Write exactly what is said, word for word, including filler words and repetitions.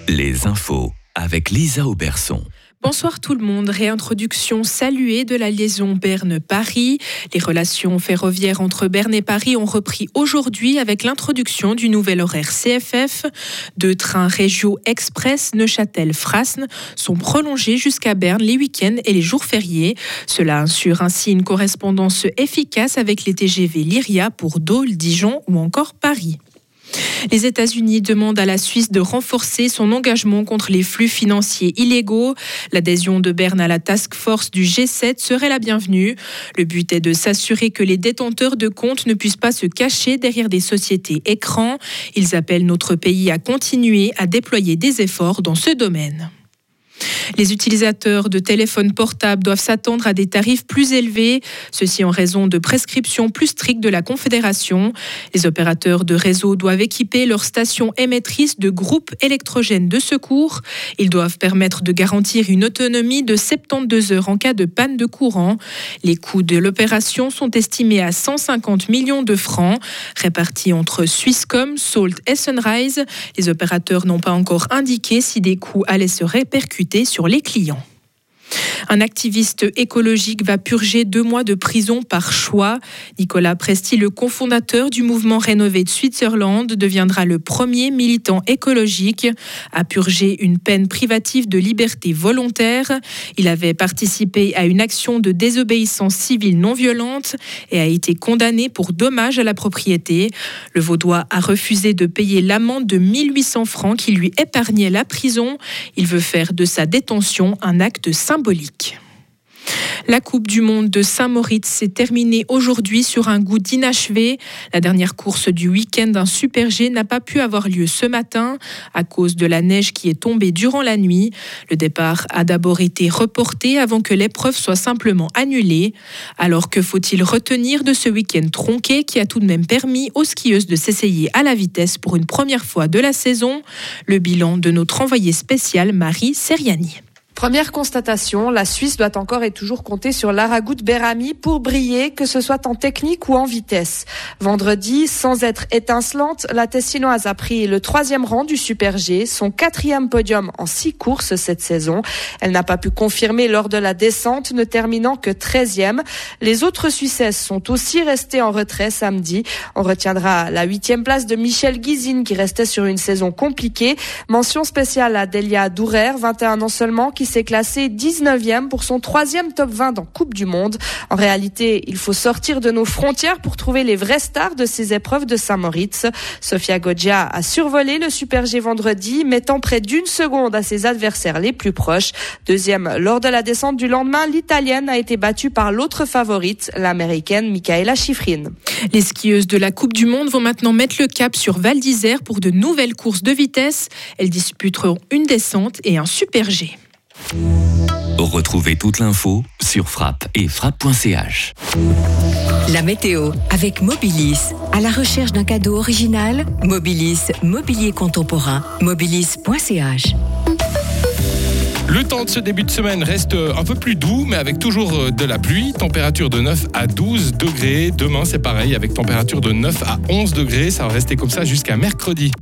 Les infos avec Lisa Auberson. Bonsoir tout le monde. Réintroduction saluée de la liaison Berne-Paris. Les relations ferroviaires entre Berne et Paris ont repris aujourd'hui avec l'introduction du nouvel horaire C F F. Deux trains Régio Express Neuchâtel-Frasne sont prolongés jusqu'à Berne les week-ends et les jours fériés. Cela assure ainsi une correspondance efficace avec les T G V Lyria pour Dole, Dijon ou encore Paris. Les États-Unis demandent à la Suisse de renforcer son engagement contre les flux financiers illégaux. L'adhésion de Berne à la task force du G sept serait la bienvenue. Le but est de s'assurer que les détenteurs de comptes ne puissent pas se cacher derrière des sociétés écrans. Ils appellent notre pays à continuer à déployer des efforts dans ce domaine. Les utilisateurs de téléphones portables doivent s'attendre à des tarifs plus élevés, ceci en raison de prescriptions plus strictes de la Confédération. Les opérateurs de réseau doivent équiper leurs stations émettrices de groupes électrogènes de secours. Ils doivent permettre de garantir une autonomie de soixante-douze heures en cas de panne de courant. Les coûts de l'opération sont estimés à cent cinquante millions de francs, répartis entre Swisscom, Salt et Sunrise. Les opérateurs n'ont pas encore indiqué si des coûts allaient se répercuter sur les clients. Un activiste écologique va purger deux mois de prison par choix. Nicolas Presti, le cofondateur du mouvement Rénové de Switzerland, deviendra le premier militant écologique à purger une peine privative de liberté volontaire. Il avait participé à une action de désobéissance civile non violente et a été condamné pour dommage à la propriété. Le Vaudois a refusé de payer l'amende de mille huit cents francs qui lui épargnait la prison. Il veut faire de sa détention un acte symbolique. La Coupe du Monde de Saint-Moritz s'est terminée aujourd'hui sur un goût d'inachevé. La dernière course du week-end d'un Super G n'a pas pu avoir lieu ce matin à cause de la neige qui est tombée durant la nuit. Le départ a d'abord été reporté avant que l'épreuve soit simplement annulée. Alors que faut-il retenir de ce week-end tronqué qui a tout de même permis aux skieuses de s'essayer à la vitesse pour une première fois de la saison? Le bilan de notre envoyée spéciale Marie Seriani. Première constatation, la Suisse doit encore et toujours compter sur l'Aragout Berami pour briller, que ce soit en technique ou en vitesse. Vendredi, sans être étincelante, la Tessinoise a pris le troisième rang du Super G, son quatrième podium en six courses cette saison. Elle n'a pas pu confirmer lors de la descente, ne terminant que treizième. Les autres Suissesses sont aussi restées en retrait samedi. On retiendra la huitième place de Michel Guizine qui restait sur une saison compliquée. Mention spéciale à Delia Dourer, vingt et un ans seulement, qui s'est classé dix-neuvième pour son troisième top vingt dans Coupe du Monde. En réalité, il faut sortir de nos frontières pour trouver les vraies stars de ces épreuves de Saint-Moritz. Sofia Goggia a survolé le Super G vendredi, mettant près d'une seconde à ses adversaires les plus proches. Deuxième lors de la descente du lendemain, l'Italienne a été battue par l'autre favorite, l'Américaine Michaela Schifrin. Les skieuses de la Coupe du Monde vont maintenant mettre le cap sur Val d'Isère pour de nouvelles courses de vitesse. Elles disputeront une descente et un Super G. Retrouvez toute l'info sur frappe et frappe point c h. La météo avec Mobilis. À la recherche d'un cadeau original, Mobilis, mobilier contemporain, mobilis point c h. Le temps de ce début de semaine reste un peu plus doux, mais avec toujours de la pluie. Température de neuf à douze degrés. Demain, c'est pareil, avec température de neuf à onze degrés. Ça va rester comme ça jusqu'à mercredi.